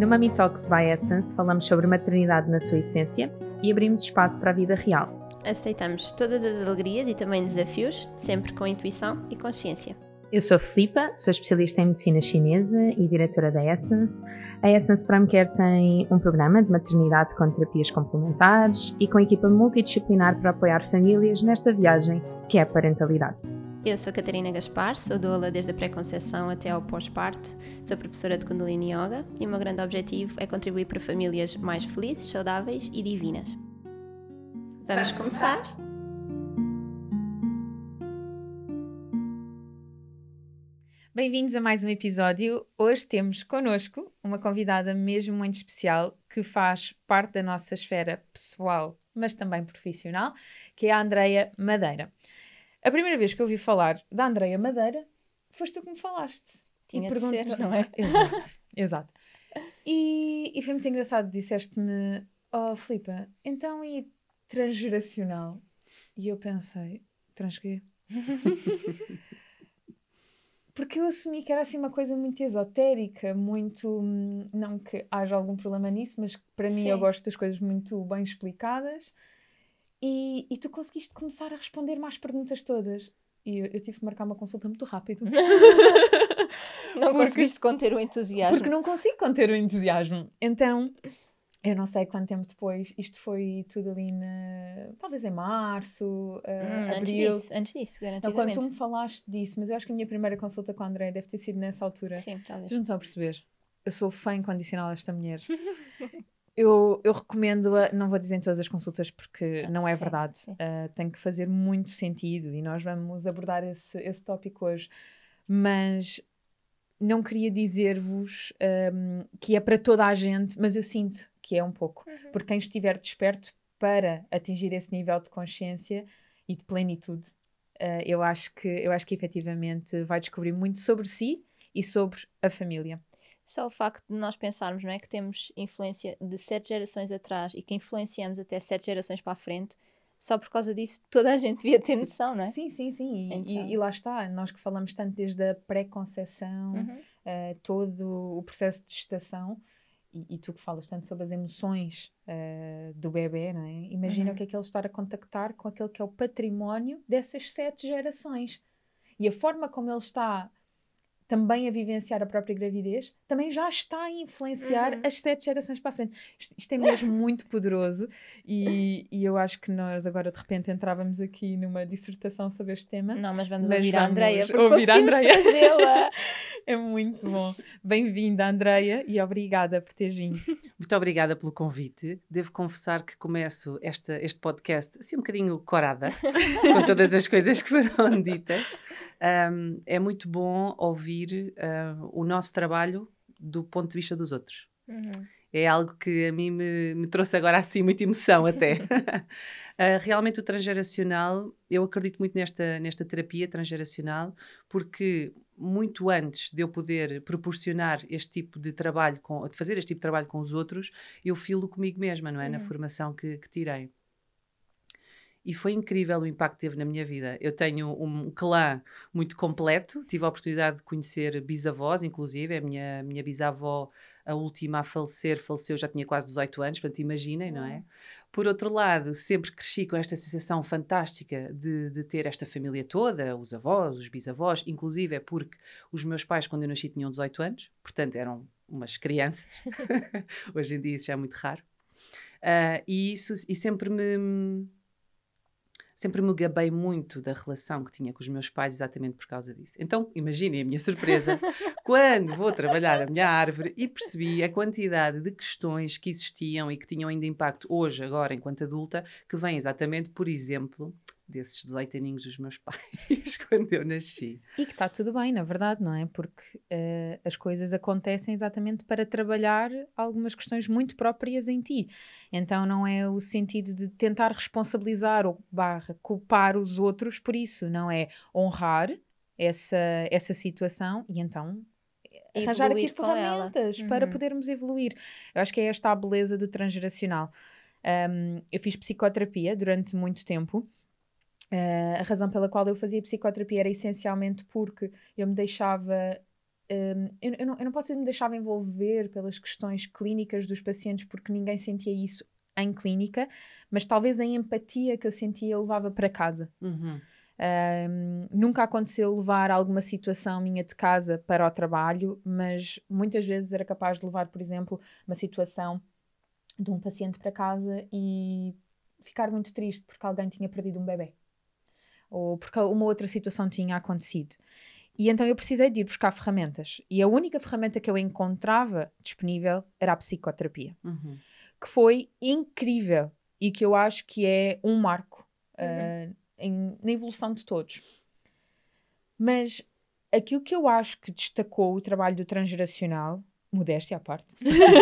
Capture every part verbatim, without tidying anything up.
No Mummy Talks by Essence falamos sobre maternidade na sua essência e abrimos espaço para a vida real. Aceitamos todas as alegrias e também desafios, sempre com intuição e consciência. Eu sou a Filipa, sou especialista em medicina chinesa e diretora da Essence. A Essence Prime Care tem um programa de maternidade com terapias complementares e com equipa multidisciplinar para apoiar famílias nesta viagem que é a parentalidade. Eu sou Catarina Gaspar, sou doula desde a pré-conceição até ao pós-parto, sou professora de Kundalini Yoga e o meu grande objetivo é contribuir para famílias mais felizes, saudáveis e divinas. Vamos começar? Bem-vindos a mais um episódio. Hoje temos connosco uma convidada mesmo muito especial que faz parte da nossa esfera pessoal, mas também profissional, que é a Andreia Madeira. A primeira vez que eu ouvi falar da Andreia Madeira, foste tu que me falaste. Tinha e de ser, não é? Exato, exato. E, e foi muito engraçado, disseste-me, oh Filipa, então e transgeracional? E eu pensei, trans quê? Porque eu assumi que era assim uma coisa muito esotérica, muito, não que haja algum problema nisso, mas para mim Sim. eu gosto das coisas muito bem explicadas. E, e tu conseguiste começar a responder mais perguntas todas. E eu, eu tive que marcar uma consulta muito rápido. Não Porque- conseguiste conter o entusiasmo. Porque não consigo conter o entusiasmo. Então, eu não sei quanto tempo depois, isto foi tudo ali na... talvez em março, uh, Hum, antes abril. disso, antes disso, Não, quando garantidamente. tu me falaste disso, mas eu acho que a minha primeira consulta com a André deve ter sido nessa altura. Sim, talvez. Vocês não estão a perceber? Eu sou fã incondicional desta mulher. Eu, eu recomendo-a, não vou dizer em todas as consultas porque não é Sim, verdade. sim. Uh, tem que fazer muito sentido e nós vamos abordar esse, esse tópico hoje. Mas não queria dizer-vos um, que é para toda a gente, mas eu sinto que é um pouco. Uhum. Porque quem estiver desperto para atingir esse nível de consciência e de plenitude, uh, eu, acho que, eu acho que efetivamente vai descobrir muito sobre si e sobre a família. Só o facto de nós pensarmos, não é, que temos influência de sete gerações atrás e que influenciamos até sete gerações para a frente, só por causa disso toda a gente devia ter noção, não é? Sim, sim, sim. E, Então. e, e lá está, nós que falamos tanto desde a pré-conceição, Uhum. uh, todo o processo de gestação, e, e tu que falas tanto sobre as emoções uh, do bebê, não é? Imagina Uhum. o que é que ele estar a contactar com aquele que é o património dessas sete gerações. E a forma como ele está também a vivenciar a própria gravidez, também já está a influenciar Uhum. as sete gerações para a frente. Isto, isto é mesmo muito poderoso e, e eu acho que nós agora de repente entrávamos aqui numa dissertação sobre este tema. Não, mas vamos Mas ouvir a vamos Andreia, porque ouvir a conseguimos Andreia. trazê-la. É muito bom. Bem-vinda, Andreia, e obrigada por teres vindo. Muito obrigada pelo convite. Devo confessar que começo esta, este podcast assim um bocadinho corada, com todas as coisas que foram ditas. Um, é muito bom ouvir uh, o nosso trabalho do ponto de vista dos outros. Uhum. É algo que a mim me, me trouxe agora assim muita emoção até. uh, realmente o transgeracional, eu acredito muito nesta, nesta terapia transgeracional, porque muito antes de eu poder proporcionar este tipo de trabalho, com, de fazer este tipo de trabalho com os outros, eu filo comigo mesma, não é? Uhum. Na formação que, que tirei. E foi incrível o impacto que teve na minha vida. Eu tenho um clã muito completo, tive a oportunidade de conhecer bisavós, inclusive, a minha, minha bisavó, a última a falecer, faleceu, já tinha quase dezoito anos, portanto imaginem, não é? Por outro lado, sempre cresci com esta sensação fantástica de, de ter esta família toda, os avós, os bisavós, inclusive é porque os meus pais, quando eu nasci, tinham dezoito anos, portanto eram umas crianças. Hoje em dia isso já é muito raro. Uh, e, isso, e sempre me... Sempre me gabei muito da relação que tinha com os meus pais exatamente por causa disso. Então, imaginem a minha surpresa quando vou trabalhar a minha árvore e percebi a quantidade de questões que existiam e que tinham ainda impacto hoje, agora, enquanto adulta, que vem exatamente, por exemplo, desses dezoito aninhos dos meus pais, quando eu nasci. E que está tudo bem, na verdade, não é? Porque uh, as coisas acontecem exatamente para trabalhar algumas questões muito próprias em ti. Então não é o sentido de tentar responsabilizar ou barra culpar os outros por isso, não é honrar essa, essa situação e então arranjar aqui Evoluir com ela. ferramentas para Uhum. podermos evoluir. Eu acho que é esta a beleza do transgeracional. Um, eu fiz psicoterapia durante muito tempo. Uh, a razão pela qual eu fazia psicoterapia era essencialmente porque eu me deixava um, eu, eu, não, eu não posso me deixar envolver pelas questões clínicas dos pacientes, porque ninguém sentia isso em clínica, mas talvez a empatia que eu sentia eu levava para casa. Uhum. Um, nunca aconteceu levar alguma situação minha de casa para o trabalho, mas muitas vezes era capaz de levar, por exemplo, uma situação de um paciente para casa e ficar muito triste porque alguém tinha perdido um bebê ou porque uma outra situação tinha acontecido. E então eu precisei de ir buscar ferramentas, e a única ferramenta que eu encontrava disponível era a psicoterapia, Uhum. que foi incrível e que eu acho que é um marco Uhum. uh, em, na evolução de todos. Mas aquilo que eu acho que destacou o trabalho do transgeracional, modéstia à parte,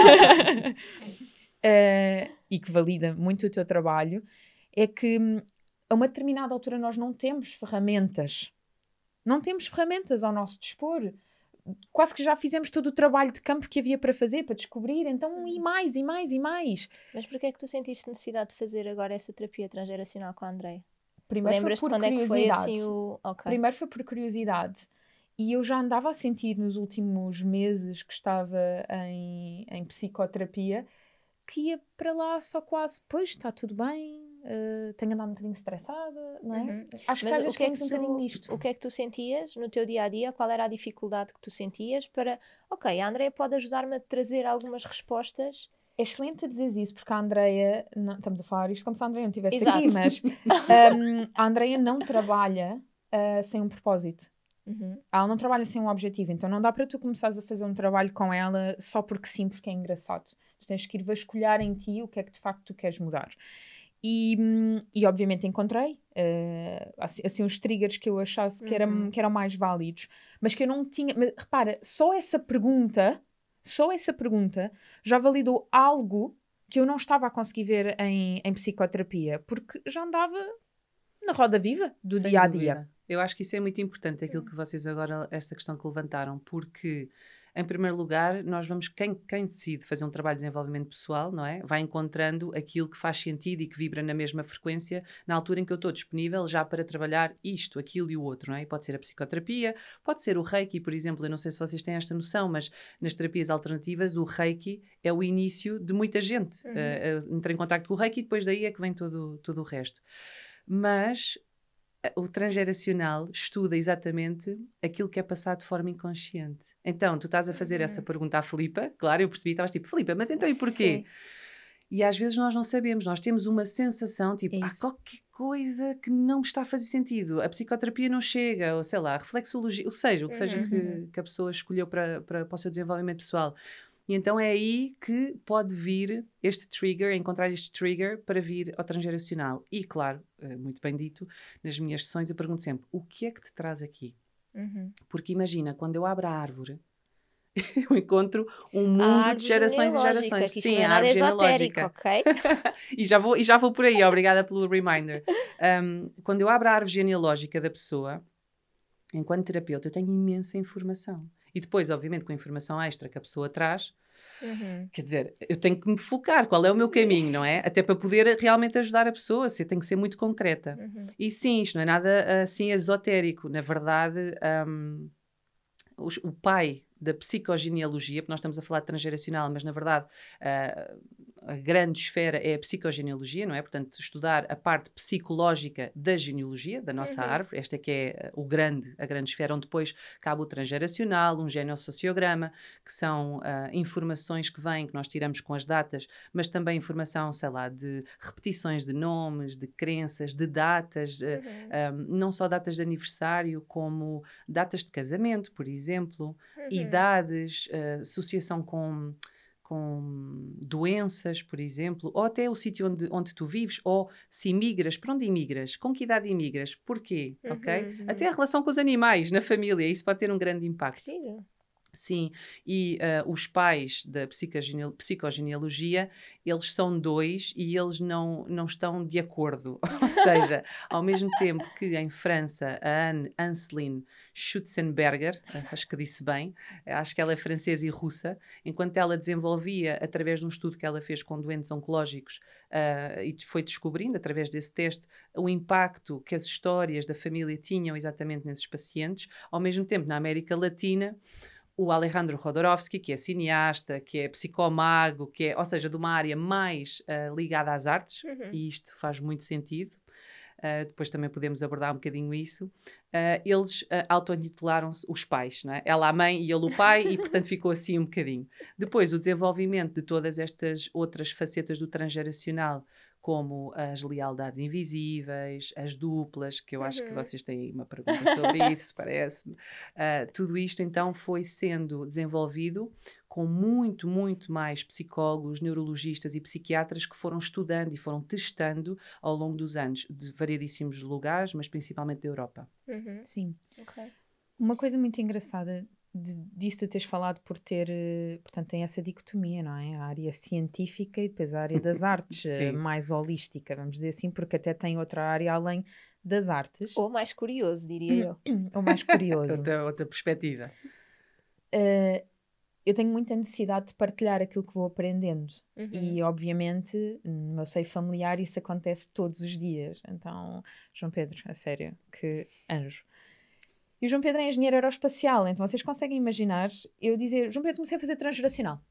uh, e que valida muito o teu trabalho, é que a uma determinada altura nós não temos ferramentas. Não temos ferramentas ao nosso dispor. Quase que já fizemos todo o trabalho de campo que havia para fazer, para descobrir, então e mais, e mais, e mais. Mas porquê é que tu sentiste necessidade de fazer agora essa terapia transgeracional com a Andreia? Primeiro Lembras-te foi por quando é que foi curiosidade. assim o... Okay. Primeiro foi por curiosidade. E eu já andava a sentir nos últimos meses que estava em, em psicoterapia que ia para lá só quase, pois, está tudo bem, uh, tenho andado um bocadinho estressada, não é? Uhum. Acho Mas que às vezes o que, é que caímos um tu, bocadinho nisto. o que é que tu sentias no teu dia-a-dia? Qual era a dificuldade que tu sentias para... Ok, a Andreia pode ajudar-me a trazer algumas respostas. É excelente dizer isso, porque a Andreia, não, estamos a falar isto como se a Andreia não estivesse Exato. aqui, mas um, a Andreia não trabalha uh, sem um propósito. Uhum. Ela não trabalha sem um objetivo, então não dá para tu começares a fazer um trabalho com ela só porque sim, porque é engraçado. Tu tens que ir vasculhar em ti o que é que de facto tu queres mudar. E, e obviamente encontrei uh, assim, assim uns triggers que eu achasse que, era, Uhum. que eram mais válidos, mas que eu não tinha... Mas, repara, só essa pergunta, só essa pergunta já validou algo que eu não estava a conseguir ver em, em psicoterapia, porque já andava na roda viva do Sem dia a dúvida. dia. Eu acho que isso é muito importante, aquilo que vocês agora, esta questão que levantaram, porque, em primeiro lugar, nós vamos, quem, quem decide fazer um trabalho de desenvolvimento pessoal, não é? Vai encontrando aquilo que faz sentido e que vibra na mesma frequência, na altura em que eu estou disponível já para trabalhar isto, aquilo e o outro, não é? E pode ser a psicoterapia, pode ser o Reiki, por exemplo, eu não sei se vocês têm esta noção, mas nas terapias alternativas o Reiki é o início de muita gente. Uhum. Uh, uh, entra em contacto com o Reiki e depois daí é que vem todo, todo o resto. Mas o transgeracional estuda exatamente aquilo que é passado de forma inconsciente. Então, tu estás a fazer uhum. essa pergunta à Filipa, claro, eu percebi, estavas tipo, Filipa, mas então e porquê? Sim. E às vezes nós não sabemos, nós temos uma sensação, tipo, há qualquer coisa que não me está a fazer sentido, a psicoterapia não chega, ou sei lá, a reflexologia, ou seja, o que seja uhum. que, que a pessoa escolheu para, para, para o seu desenvolvimento pessoal. E então é aí que pode vir este trigger, encontrar este trigger para vir ao transgeracional. E claro, muito bem dito, nas minhas sessões eu pergunto sempre, o que é que te traz aqui? Uhum. Porque imagina, quando eu abro a árvore, eu encontro um mundo de gerações e gerações. Que Sim, a árvore genealógica. Ok? e, já vou, e já vou por aí, obrigada pelo reminder. Um, quando eu abro a árvore genealógica da pessoa, enquanto terapeuta, eu tenho imensa informação. E depois, obviamente, com a informação extra que a pessoa traz, uhum. quer dizer, eu tenho que me focar qual é o meu caminho, não é? Até para poder realmente ajudar a pessoa, você tem que ser muito concreta. Uhum. E sim, isto não é nada assim esotérico. Na verdade, um, os, o pai da psicogenealogia, porque nós estamos a falar de transgeracional, mas na verdade uh, a grande esfera é a psicogenealogia, não é? Portanto, estudar a parte psicológica da genealogia, da nossa uhum. árvore, esta é que é o grande, a grande esfera, onde depois cabe o transgeracional, um genealossociograma, que são uh, informações que vêm, que nós tiramos com as datas, mas também informação, sei lá, de repetições de nomes, de crenças, de datas, uhum. uh, um, não só datas de aniversário, como datas de casamento, por exemplo, uhum. idades, uh, associação com... com doenças, por exemplo, ou até o sítio onde, onde tu vives, ou se imigras, para onde imigras? Com que idade imigras? Porquê? Uhum, ok? Uhum. Até a relação com os animais, na família, isso pode ter um grande impacto. Sim. Sim, e uh, os pais da psicogene- psicogenealogia, eles são dois e eles não, não estão de acordo. Ou seja, ao mesmo tempo que em França, a Anne Anseline Schutzenberger, acho que disse bem, acho que ela é francesa e russa, enquanto ela desenvolvia, através de um estudo que ela fez com doentes oncológicos, uh, e foi descobrindo, através desse teste, o impacto que as histórias da família tinham exatamente nesses pacientes, ao mesmo tempo, na América Latina, o Alejandro Jodorowsky, que é cineasta, que é psicomago, que é, ou seja, de uma área mais uh, ligada às artes, Uhum. e isto faz muito sentido. Uh, depois também podemos abordar um bocadinho isso. Uh, eles uh, auto-intitularam-se os pais, não é? Ela a mãe e ele o pai, e portanto ficou assim um bocadinho. Depois, o desenvolvimento de todas estas outras facetas do transgeracional, como as lealdades invisíveis, as duplas, que eu acho Uhum. que vocês têm aí uma pergunta sobre isso, parece-me. Uh, tudo isto, então, foi sendo desenvolvido com muito, muito mais psicólogos, neurologistas e psiquiatras que foram estudando e foram testando ao longo dos anos, de variedíssimos lugares, mas principalmente da Europa. Uhum. Sim. Ok. Uma coisa muito engraçada de, disso tu teres falado por ter, eh, portanto, tem essa dicotomia, não é? A área científica e depois a área das artes, eh, Sim. mais holística, vamos dizer assim, porque até tem outra área além das artes, Ou mais curioso, diria eu. ou mais curioso. Outra, outra perspectiva. Eh, eu tenho muita necessidade de partilhar aquilo que vou aprendendo. Uhum. E, obviamente, no meu seio familiar isso acontece todos os dias. Então, João Pedro, a sério, que anjo. E o João Pedro é engenheiro aeroespacial, então vocês conseguem imaginar eu dizer, João Pedro, comecei a fazer transgeracional.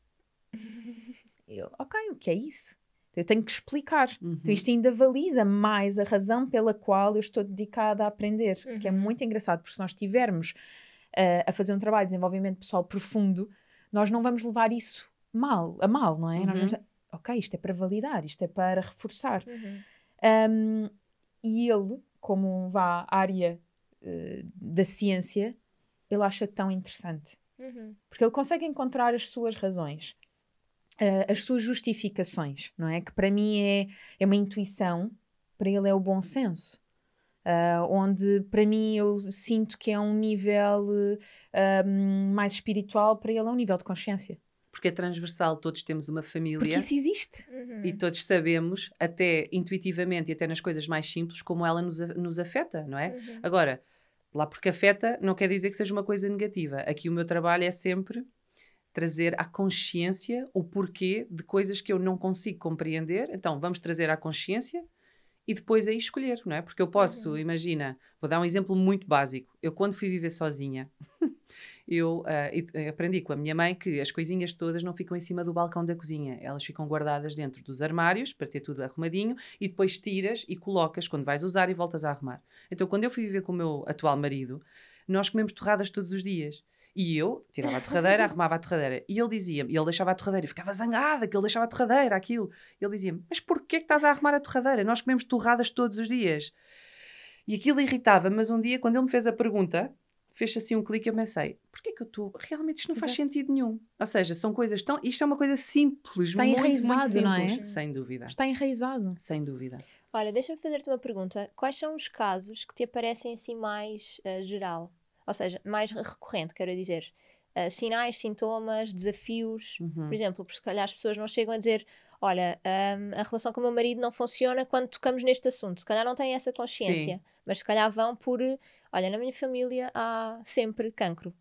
Eu, ok, o que é isso? Eu tenho que explicar. Uhum. Então isto ainda valida mais a razão pela qual eu estou dedicada a aprender, Uhum. que é muito engraçado, porque se nós estivermos uh, a fazer um trabalho de desenvolvimento pessoal profundo, nós não vamos levar isso mal, a mal, não é? Uhum. Nós vamos, ok, isto é para validar, isto é para reforçar. Uhum. Um, e ele, como vá à área uh, da ciência, ele acha tão interessante. Uhum. Porque ele consegue encontrar as suas razões, uh, as suas justificações, não é? Que para mim é, é uma intuição, para ele é o bom senso. Uh, onde para mim eu sinto que é um nível uh, um, mais espiritual, para ele é um nível de consciência. Porque é transversal, todos temos uma família. Porque isso existe. Uhum. E todos sabemos, até intuitivamente e até nas coisas mais simples, como ela nos, nos afeta, não é? Uhum. Agora, lá porque afeta, não quer dizer que seja uma coisa negativa. Aqui o meu trabalho é sempre trazer à consciência o porquê de coisas que eu não consigo compreender. Então, vamos trazer à consciência e depois aí escolher, não é? Porque eu posso, Uhum. imagina, vou dar um exemplo muito básico. Eu, quando fui viver sozinha, eu uh, aprendi com a minha mãe que as coisinhas todas não ficam em cima do balcão da cozinha. Elas ficam guardadas dentro dos armários, para ter tudo arrumadinho, e depois tiras e colocas quando vais usar e voltas a arrumar. Então, quando eu fui viver com o meu atual marido, nós comemos torradas todos os dias. E eu tirava a torradeira, arrumava a torradeira. E ele dizia-me, e ele deixava a torradeira, eu ficava zangada que ele deixava a torradeira, aquilo. E ele dizia-me, mas porquê que estás a arrumar a torradeira? Nós comemos torradas todos os dias. E aquilo irritava-me, mas um dia, quando ele me fez a pergunta, fez assim um clique e eu pensei, porquê que eu estou... Realmente isto não faz Exato. sentido nenhum. Ou seja, são coisas tão... Isto é uma coisa simples, Está muito, enraizado, muito simples. não é? Sem dúvida. Está enraizado. Sem dúvida. Olha, deixa-me fazer-te uma pergunta. Quais são os casos que te aparecem assim mais uh, geral? Ou seja, mais recorrente, quero dizer. Uh, sinais, sintomas, desafios. Uhum. Por exemplo, porque se calhar as pessoas não chegam a dizer olha, um, a relação com o meu marido não funciona quando tocamos neste assunto. Se calhar não têm essa consciência. Sim. Mas se calhar vão por olha, na minha família há sempre cancro.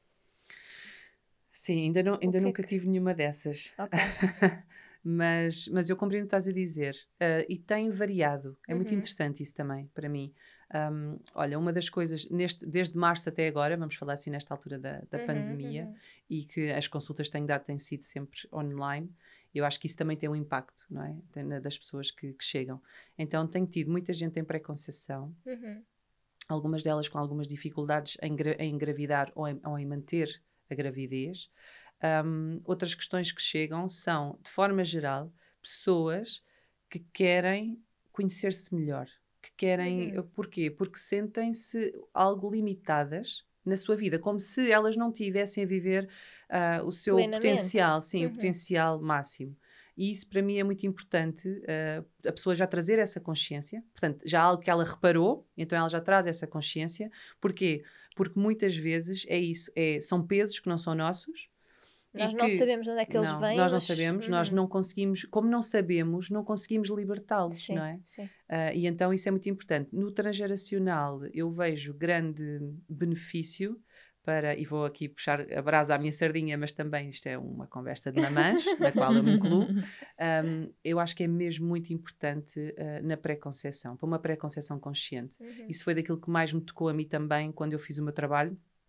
Sim, ainda, não, ainda que nunca que... tive nenhuma dessas. Ok. mas, mas eu compreendo o que estás a dizer. Uh, e tem variado. É Uhum. muito interessante isso também, para mim. Um, olha, uma das coisas, neste, desde março até agora, vamos falar assim nesta altura da, da Uhum, pandemia, uhum. e que as consultas que tenho dado têm sido sempre online, eu acho que isso também tem um impacto, não é? Tem, das pessoas que, que chegam. Então, tenho tido muita gente em pré-conceição, Uhum. algumas delas com algumas dificuldades em, gra- em engravidar ou em, ou em manter a gravidez. Um, outras questões que chegam são, de forma geral, pessoas que querem conhecer-se melhor. Que querem... Uhum. Porquê? Porque sentem-se algo limitadas na sua vida, como se elas não tivessem a viver uh, o seu Plenamente. potencial, sim, Uhum. o potencial máximo. E isso para mim é muito importante, uh, a pessoa já trazer essa consciência, portanto, já há algo que ela reparou, então ela já traz essa consciência. Porquê? Porque muitas vezes é isso, é, são pesos que não são nossos. Nós e não que, sabemos de onde é que eles não, vêm. Nós não mas... sabemos, uhum. nós não conseguimos, como não sabemos, não conseguimos libertá-los, Sim, não é? sim. Uh, e então isso é muito importante. No transgeracional eu vejo grande benefício para, e vou aqui puxar a brasa à minha sardinha, mas também isto é uma conversa de mamãs, na qual eu me incluo. Um, eu acho que é mesmo muito importante uh, na pré-conceição, para uma pré-conceição consciente. Uhum. Isso foi daquilo que mais me tocou a mim também quando eu fiz o meu trabalho,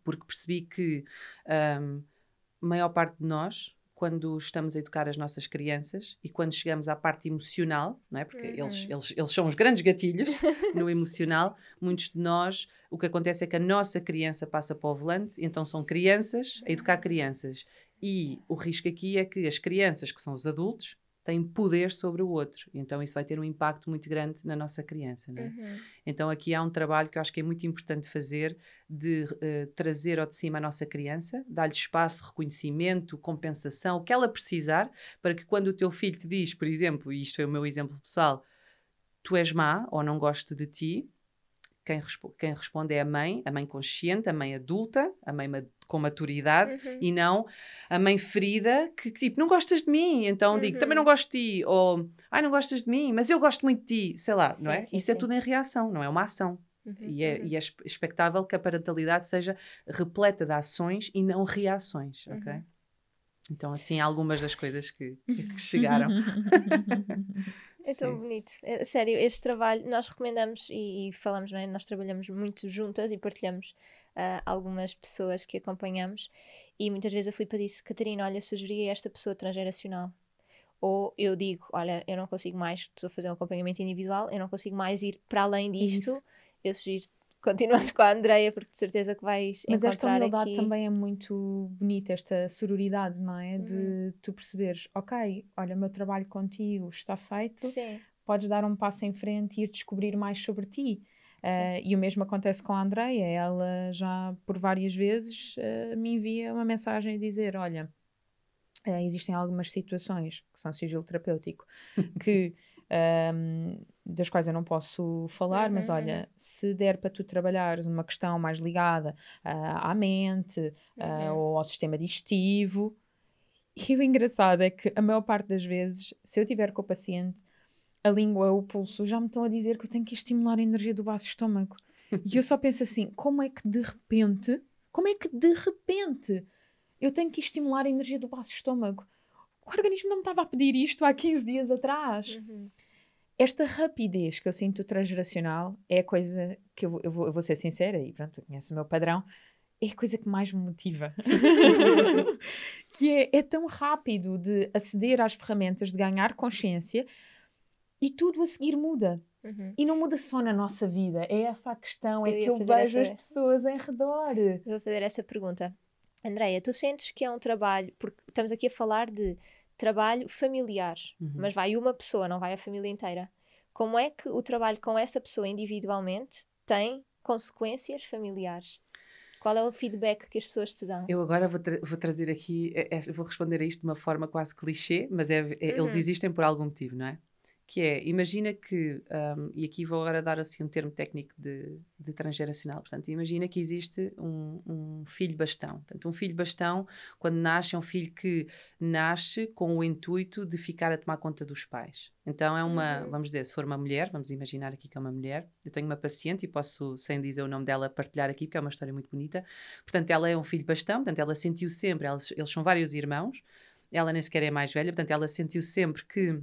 porque percebi que um, a maior parte de nós, quando estamos a educar as nossas crianças e quando chegamos à parte emocional, não é? Porque uhum. eles, eles, eles são os grandes gatilhos no emocional, muitos de nós, o que acontece é que a nossa criança passa para o volante, então são crianças a educar crianças. E o risco aqui é que as crianças, que são os adultos, têm poder sobre o outro. Então isso vai ter um impacto muito grande na nossa criança. Não é? Uhum. Então aqui há um trabalho que eu acho que é muito importante fazer de uh, trazer ao de cima a nossa criança, dar-lhe espaço, reconhecimento, compensação, o que ela precisar, para que quando o teu filho te diz, por exemplo, e isto é o meu exemplo pessoal, tu és má ou não gosto de ti, Quem, respo- quem responde é a mãe, a mãe consciente, a mãe adulta, a mãe ma- com maturidade, uhum. e não a mãe ferida que, tipo, não gostas de mim, então uhum. digo, também não gosto de ti, ou, ai, não gostas de mim, mas eu gosto muito de ti, sei lá, sim, não é? Sim, Isso sim. é tudo em reação, não é uma ação. Uhum, e, é, uhum. e é expectável que a parentalidade seja repleta de ações e não reações, uhum. ok? Então, assim, algumas das coisas que, que chegaram. É tão bonito. É, sério, este trabalho nós recomendamos e, e falamos, não é? Nós trabalhamos muito juntas e partilhamos uh, algumas pessoas que acompanhamos e muitas vezes a Filipa disse, Catarina, olha, sugeri a esta pessoa transgeracional. Ou eu digo, olha, eu não consigo mais, estou a fazer um acompanhamento individual, eu não consigo mais ir para além disto. Isso. Eu sugiro continuares com a Andreia, porque de certeza que vais Mas encontrar esta humildade aqui... também é muito bonita, esta sororidade, não é? Uhum. De tu perceberes, ok, olha, o meu trabalho contigo está feito, Sim. podes dar um passo em frente e ir descobrir mais sobre ti. Uh, e o mesmo acontece com a Andreia, ela já por várias vezes uh, me envia uma mensagem a dizer, olha, uh, existem algumas situações que são sigilo terapêutico, que... Um, das quais eu não posso falar, uhum, mas olha, uhum. se der para tu trabalhares uma questão mais ligada uh, à mente uh, uhum. ou ao sistema digestivo, e o engraçado é que a maior parte das vezes, se eu estiver com o paciente, a língua, o pulso, já me estão a dizer que eu tenho que estimular a energia do baço estômago. E eu só penso assim, como é que de repente, como é que de repente eu tenho que estimular a energia do baço estômago? O organismo não me estava a pedir isto há quinze dias atrás. Uhum. Esta rapidez que eu sinto transgeracional é a coisa que eu vou, eu vou, eu vou ser sincera, e pronto, eu conheço o meu padrão, é a coisa que mais me motiva. Que é, é tão rápido de aceder às ferramentas, de ganhar consciência, e tudo a seguir muda. Uhum. E não muda só na nossa vida, é essa a questão, é eu que eu vejo essa... as pessoas em redor. Eu vou fazer essa pergunta. Andreia, tu sentes que é um trabalho, porque estamos aqui a falar de trabalho familiar, uhum. mas vai uma pessoa, não vai a família inteira. Como é que o trabalho com essa pessoa individualmente tem consequências familiares? Qual é o feedback que as pessoas te dão? Eu agora vou, tra- vou trazer aqui, é, é, vou responder a isto de uma forma quase clichê, mas é, é, uhum. eles existem por algum motivo, não é? Que é, imagina que, um, e aqui vou agora dar assim um termo técnico de, de transgeracional, portanto, imagina que existe um, um filho bastão. Portanto, um filho bastão, quando nasce, é um filho que nasce com o intuito de ficar a tomar conta dos pais. Então é uma, uhum. vamos dizer, se for uma mulher, vamos imaginar aqui que é uma mulher, eu tenho uma paciente e posso, sem dizer o nome dela, partilhar aqui, porque é uma história muito bonita. Portanto, ela é um filho bastão, portanto, ela sentiu sempre, elas, eles são vários irmãos, ela nem sequer é mais velha, portanto, ela sentiu sempre que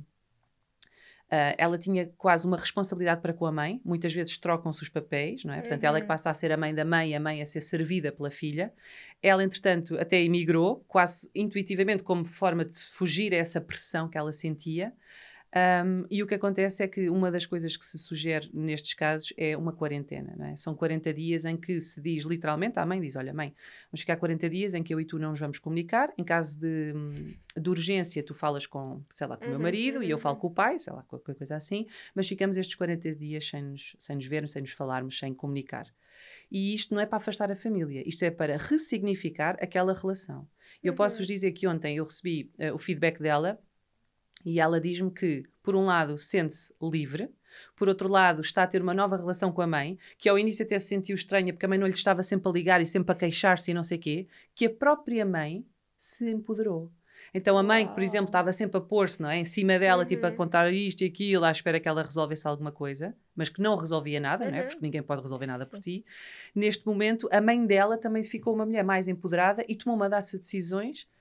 Uh, ela tinha quase uma responsabilidade para com a mãe, muitas vezes trocam-se os papéis, não é? Portanto, uhum. ela é que passa a ser a mãe da mãe, a mãe a ser servida pela filha. Ela, entretanto, até emigrou, quase intuitivamente, como forma de fugir a essa pressão que ela sentia. Um, e o que acontece é que uma das coisas que se sugere nestes casos é uma quarentena, não é? São quarenta dias em que se diz literalmente, a mãe diz, olha mãe, vamos ficar quarenta dias em que eu e tu não nos vamos comunicar, em caso de, de urgência tu falas com, sei lá, com o uhum, meu marido uhum. e eu falo com o pai, sei lá, qualquer coisa assim, mas ficamos estes quarenta dias sem nos, sem nos vermos, sem nos falarmos, sem comunicar. E isto não é para afastar a família, isto é para ressignificar aquela relação. Eu uhum. posso-vos dizer que ontem eu recebi uh, o feedback dela. E ela diz-me que, por um lado, sente-se livre, por outro lado, está a ter uma nova relação com a mãe, que ao início até se sentiu estranha, porque a mãe não lhe estava sempre a ligar e sempre a queixar-se e não sei o quê, que a própria mãe se empoderou. Então a mãe, que, por exemplo, estava sempre a pôr-se, não é, em cima dela, uhum. tipo a contar isto e aquilo, à espera que ela resolvesse alguma coisa, mas que não resolvia nada, uhum. não é? Porque ninguém pode resolver nada por ti. Neste momento, a mãe dela também ficou uma mulher mais empoderada e tomou uma data de decisões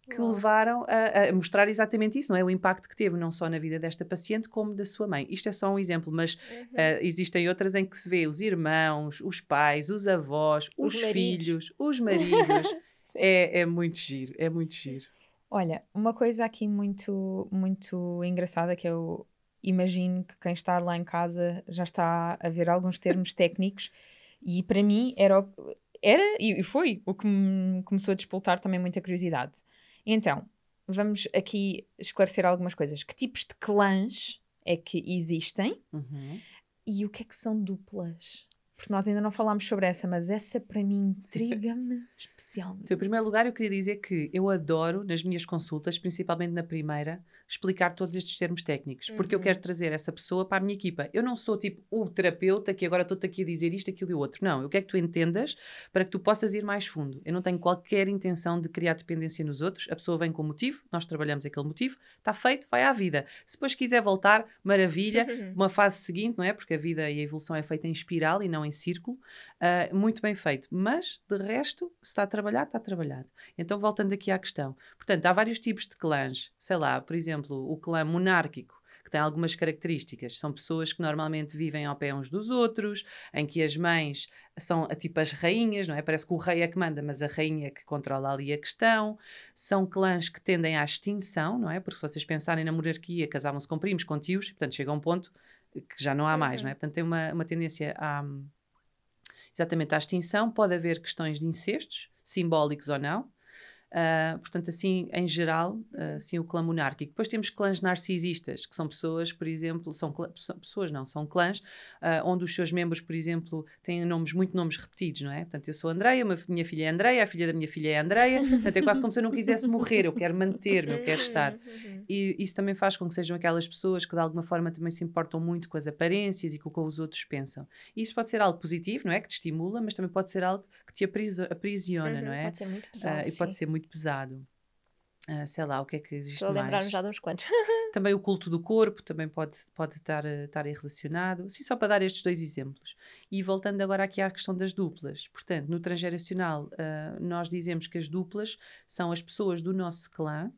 que Uau. levaram a, a mostrar exatamente isso, não é? O impacto que teve, não só na vida desta paciente, como da sua mãe. Isto é só um exemplo, mas uhum. uh, existem outras em que se vê os irmãos, os pais, os avós, os, os filhos, os maridos. é, é muito giro, é muito giro. Olha, uma coisa aqui muito, muito engraçada que eu imagino que quem está lá em casa já está a ver alguns termos técnicos e para mim era, era e foi o que me começou a despoltar também muita curiosidade. Então, vamos aqui esclarecer algumas coisas. Que tipos de clãs é que existem uhum. e o que é que são duplas? Porque nós ainda não falámos sobre essa, mas essa para mim intriga-me especialmente. Então, em primeiro lugar, eu queria dizer que eu adoro, nas minhas consultas, principalmente na primeira, explicar todos estes termos técnicos. Porque uhum. eu quero trazer essa pessoa para a minha equipa. Eu não sou tipo o terapeuta que agora estou-te aqui a dizer isto, aquilo e o outro. Não, eu quero que tu entendas para que tu possas ir mais fundo. Eu não tenho qualquer intenção de criar dependência nos outros. A pessoa vem com motivo, nós trabalhamos aquele motivo, está feito, vai à vida. Se depois quiser voltar, maravilha. Uma fase seguinte, não é? Porque a vida e a evolução é feita em espiral e não em círculo, uh, muito bem feito, mas de resto, se está a trabalhar, está trabalhado. Então, voltando aqui à questão, portanto, há vários tipos de clãs, sei lá, por exemplo, o clã monárquico, que tem algumas características, são pessoas que normalmente vivem ao pé uns dos outros, em que as mães são tipo as rainhas, não é? Parece que o rei é que manda, mas a rainha é que controla ali a questão. São clãs que tendem à extinção, não é? Porque se vocês pensarem na monarquia, casavam-se com primos, com tios, portanto, chega a um ponto que já não há mais, não é? Portanto, tem uma, uma tendência a... exatamente à extinção, pode haver questões de incestos, simbólicos ou não. Uh, portanto, assim, em geral, uh, assim, o clã monárquico. Depois temos clãs narcisistas, que são pessoas, por exemplo, são, clã, são pessoas não, são clãs, uh, onde os seus membros, por exemplo, têm nomes, muito nomes repetidos, não é? Portanto, eu sou Andreia, uma, minha filha é Andreia, a filha da minha filha é Andreia, portanto, é quase como se eu não quisesse morrer, eu quero manter-me, eu quero estar. E isso também faz com que sejam aquelas pessoas que, de alguma forma, também se importam muito com as aparências e com o que os outros pensam. E isso pode ser algo positivo, não é? Que te estimula, mas também pode ser algo que te aprisiona, uhum, não é? Pode ser muito pesado, uh, E pode ser muito muito pesado. Uh, sei lá, o que é que existe Estou a mais? lembrar-me já de uns quantos. Também o culto do corpo também pode, pode estar, estar aí relacionado. Assim, só para dar estes dois exemplos. E voltando agora aqui à questão das duplas. Portanto, no transgeracional, uh, nós dizemos que as duplas são as pessoas do nosso clã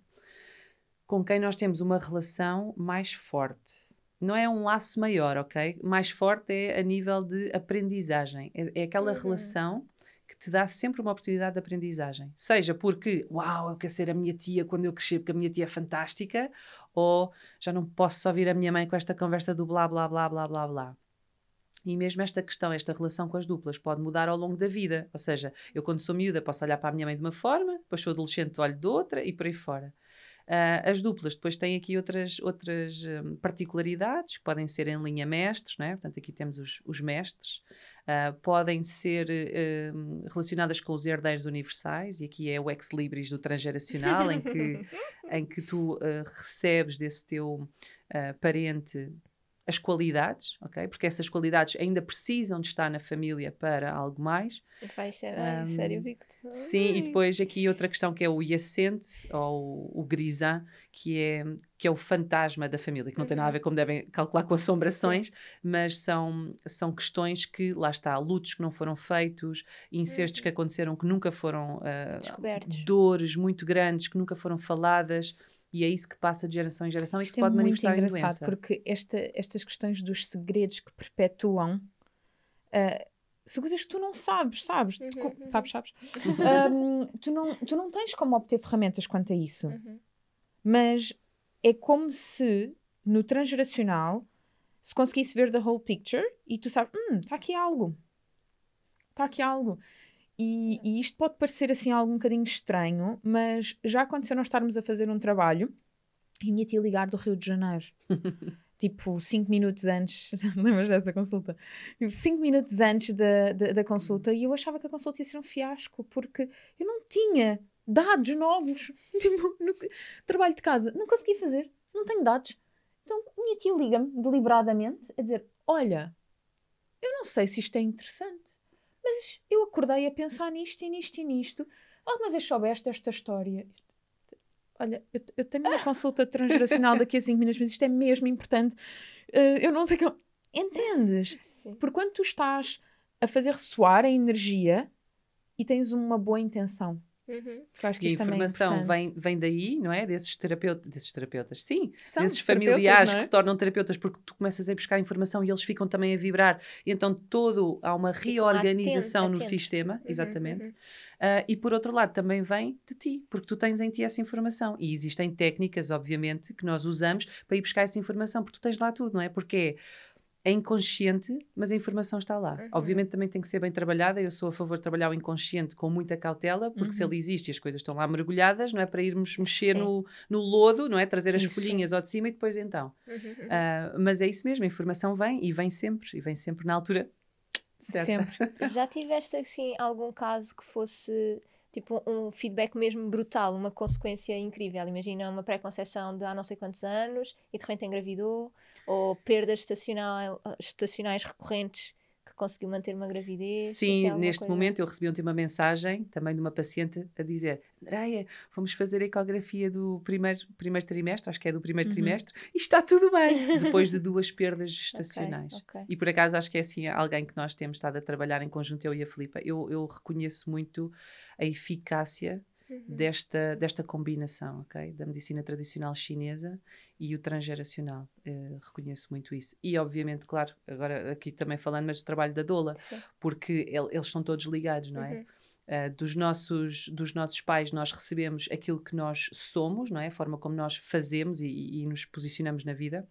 com quem nós temos uma relação mais forte. Não é um laço maior, ok? Mais forte é a nível de aprendizagem. É, é aquela uhum. relação que te dá sempre uma oportunidade de aprendizagem. Seja porque, uau, eu quero ser a minha tia quando eu crescer, porque a minha tia é fantástica, ou já não posso só ouvir a minha mãe com esta conversa do blá, blá, blá, blá, blá, blá. E mesmo esta questão, esta relação com as duplas pode mudar ao longo da vida. Ou seja, eu quando sou miúda posso olhar para a minha mãe de uma forma, depois sou adolescente olho de outra e por aí fora. Uh, as duplas depois têm aqui outras, outras um, particularidades que podem ser em linha mestres, não é? Portanto, aqui temos os, os mestres, uh, podem ser uh, relacionadas com os herdeiros universais, e aqui é o ex-libris do transgeracional, em que, em que tu uh, recebes desse teu uh, parente as qualidades, ok? Porque essas qualidades ainda precisam de estar na família para algo mais. Vai ser, um, sério, Victor? Sim, e depois aqui outra questão que é o iacente, ou o grisan, que é, que é o fantasma da família, que não uhum. tem nada a ver como devem calcular com assombrações, Sim. mas são, são questões que, lá está, lutos que não foram feitos, incestos uhum. que aconteceram que nunca foram... Uh, descobertos. Dores muito grandes que nunca foram faladas. E é isso que passa de geração em geração e que se pode manifestar em doença. É muito engraçado, porque esta, estas questões dos segredos que perpetuam uh, são coisas que tu não sabes, sabes? Uhum, tu, uhum. Sabes, sabes? um, tu, não, tu não tens como obter ferramentas quanto a isso. Uhum. Mas é como se no transgeracional se conseguisse ver the whole picture e tu sabes, hum, está aqui algo. Está aqui algo. E, e isto pode parecer assim algo um bocadinho estranho, mas já aconteceu nós estarmos a fazer um trabalho e a minha tia ligar do Rio de Janeiro. Tipo, cinco minutos antes, lembras dessa consulta? Tipo, cinco minutos antes da, da, da consulta, e eu achava que a consulta ia ser um fiasco, porque eu não tinha dados novos. Tipo, no trabalho de casa, não consegui fazer, não tenho dados. Então, a minha tia liga-me deliberadamente a dizer, olha, eu não sei se isto é interessante, mas eu acordei a pensar nisto e nisto e nisto. Alguma vez soubeste esta história? Olha, eu, eu tenho uma consulta transgeracional daqui a cinco minutos, mas isto é mesmo importante. Uh, eu não sei como... Entendes? Sim. Porque quando tu estás a fazer ressoar a energia e tens uma boa intenção, Uhum. Porque eu acho que E a isto também é informação vem, importante. vem daí, não é? Desses terapeutas, desses terapeutas, sim, São desses terapeutas, familiares não é? que se tornam terapeutas porque tu começas a ir buscar informação e eles ficam também a vibrar. E então todo, há uma Ficam reorganização aten- no atentos. sistema, Uhum, exatamente. uhum. Uh, e por outro lado também vem de ti, porque tu tens em ti essa informação. E existem técnicas, obviamente, que nós usamos para ir buscar essa informação, porque tu tens lá tudo, não é? Porque é inconsciente, mas a informação está lá. Uhum. Obviamente também tem que ser bem trabalhada. Eu sou a favor de trabalhar o inconsciente com muita cautela, porque Uhum. se ele existe e as coisas estão lá mergulhadas, não é para irmos mexer Sim. no, no lodo, não é? Trazer as Isso. folhinhas ao de cima e depois então. Uhum, uhum. Uh, mas é isso mesmo, a informação vem e vem sempre, e vem sempre na altura certa. Sempre. Já tiveste assim algum caso que fosse tipo um feedback mesmo brutal, uma consequência incrível? Imagina uma pré-conceição de há não sei quantos anos e de repente engravidou, ou perdas estacional, estacionais recorrentes que conseguiu manter uma gravidez? Assim, Sim, alguma neste coisa? momento eu recebi ontem uma mensagem também de uma paciente a dizer: Andreia, vamos fazer a ecografia do primeiro, primeiro trimestre, acho que é do primeiro Uhum. trimestre, e está tudo bem, depois de duas perdas gestacionais. Ok, ok. E por acaso acho que é assim alguém que nós temos estado a trabalhar em conjunto, eu e a Filipa. Eu, eu reconheço muito a eficácia Uhum. desta, desta combinação, ok? Da medicina tradicional chinesa e o transgeracional. Uh, reconheço muito isso. E obviamente, claro, agora aqui também falando, mas do trabalho da doula, Sim. porque ele, eles estão todos ligados, não é? Uhum. Uh, dos, nossos, dos nossos pais nós recebemos aquilo que nós somos, não é? A forma como nós fazemos e, e nos posicionamos na vida.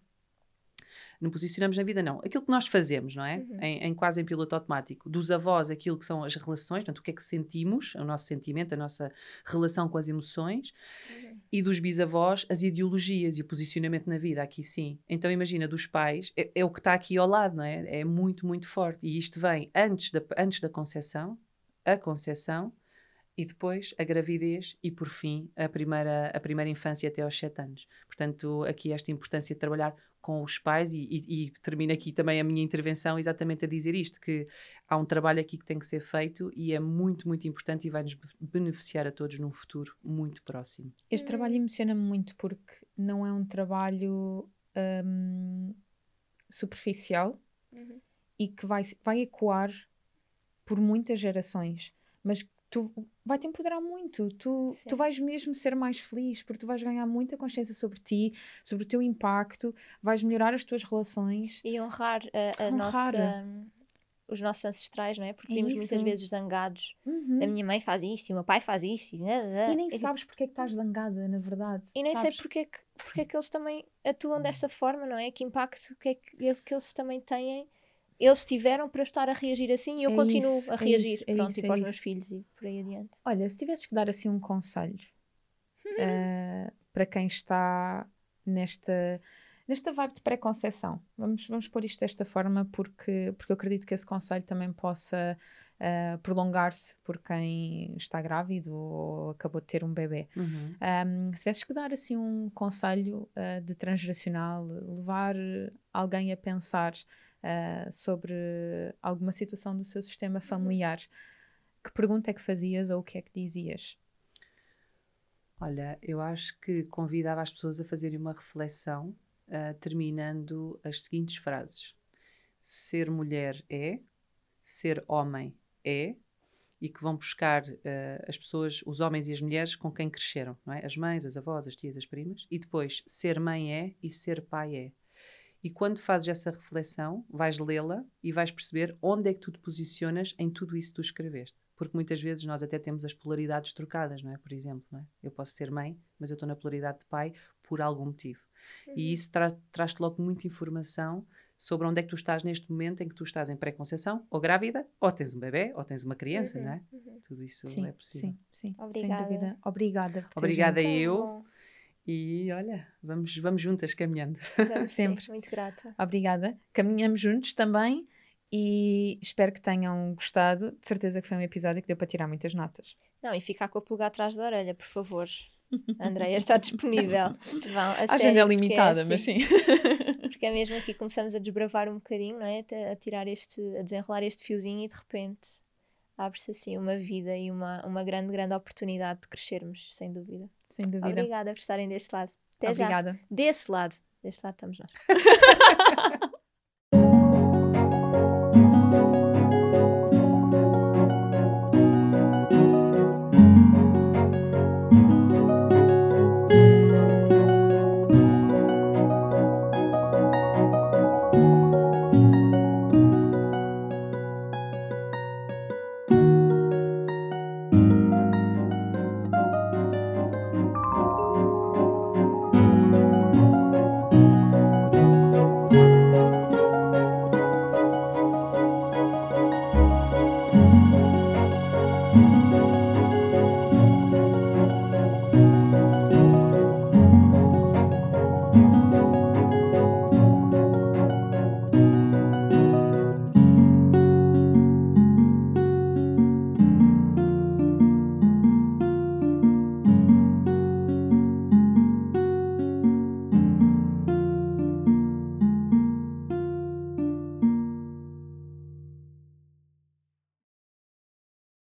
Não posicionamos na vida, não. Aquilo que nós fazemos, não é? Uhum. Em, em quase em piloto automático. Dos avós, aquilo que são as relações, portanto, o que é que sentimos, o nosso sentimento, a nossa relação com as emoções. Uhum. E dos bisavós, as ideologias e o posicionamento na vida, aqui sim. Então, imagina, dos pais, é, é o que está aqui ao lado, não é? É muito, muito forte. E isto vem antes da, antes da concepção, a concepção, e depois a gravidez e, por fim, a primeira, a primeira infância até aos sete anos. Portanto, aqui esta importância de trabalhar com os pais e, e, e termino aqui também a minha intervenção exatamente a dizer isto, que há um trabalho aqui que tem que ser feito e é muito, muito importante e vai-nos beneficiar a todos num futuro muito próximo. Este trabalho emociona-me muito porque não é um trabalho hum, superficial Uhum. e que vai, vai ecoar por muitas gerações, mas tu vai-te empoderar muito, tu, tu vais mesmo ser mais feliz, porque tu vais ganhar muita consciência sobre ti, sobre o teu impacto, vais melhorar as tuas relações. E honrar, a, a Honrar. Nossa, os nossos ancestrais, não é? Porque É vimos isso. muitas vezes zangados. Uhum. A minha mãe faz isto, e o meu pai faz isto. E, E nem e, sabes porque é que estás zangada, na verdade. e nem sabes? sei porque é, que, porque é que eles também atuam desta forma, não é? Que impacto que, é que, eles, que eles também têm. Eles tiveram para estar a reagir assim e eu É continuo isso, a é reagir, isso, é pronto, isso, e é para os isso. meus filhos e por aí adiante. Olha, se tivesses que dar assim um conselho uh, para quem está nesta, nesta vibe de pré-conceição, vamos, vamos pôr isto desta forma porque, porque eu acredito que esse conselho também possa uh, prolongar-se por quem está grávido ou acabou de ter um bebê. Uhum. Um, se tivesses que dar assim um conselho uh, de transgeracional, levar alguém a pensar Uh, sobre alguma situação do seu sistema familiar, que pergunta é que fazias ou o que é que dizias? Olha, eu acho que convidava as pessoas a fazerem uma reflexão uh, terminando as seguintes frases: ser mulher é, ser homem é, e que vão buscar uh, as pessoas, os homens e as mulheres com quem cresceram, não é? As mães, as avós, as tias, as primas, e depois ser mãe é e ser pai é. E quando fazes essa reflexão, vais lê-la e vais perceber onde é que tu te posicionas em tudo isso que tu escreveste. Porque muitas vezes nós até temos as polaridades trocadas, não é? Por exemplo, não é? Eu posso ser mãe, mas eu estou na polaridade de pai por algum motivo. Uhum. E isso tra- traz-te logo muita informação sobre onde é que tu estás neste momento em que tu estás em pré-conceição, ou grávida, ou tens um bebê, ou tens uma criança, uhum, não é? Uhum. Tudo isso sim, é possível. Sim, sim, obrigada. Sem dúvida. Obrigada. Por Obrigada eu. Bom. E olha, vamos, vamos juntas caminhando. Vamos Sempre. Sim, muito grata. Obrigada. Caminhamos juntos também e espero que tenham gostado. De certeza que foi um episódio que deu para tirar muitas notas. Não, e ficar com a pulga atrás da orelha, por favor. A Andreia está disponível. Vão, a A sério, agenda é limitada, é assim, mas sim. Porque é mesmo aqui que começamos a desbravar um bocadinho, não é? A tirar este, a desenrolar este fiozinho e de repente abre-se assim uma vida e uma, uma grande, grande oportunidade de crescermos, sem dúvida. Sem dúvida. Obrigada por estarem deste lado. Até Obrigada. já. Desse lado. Deste lado estamos nós.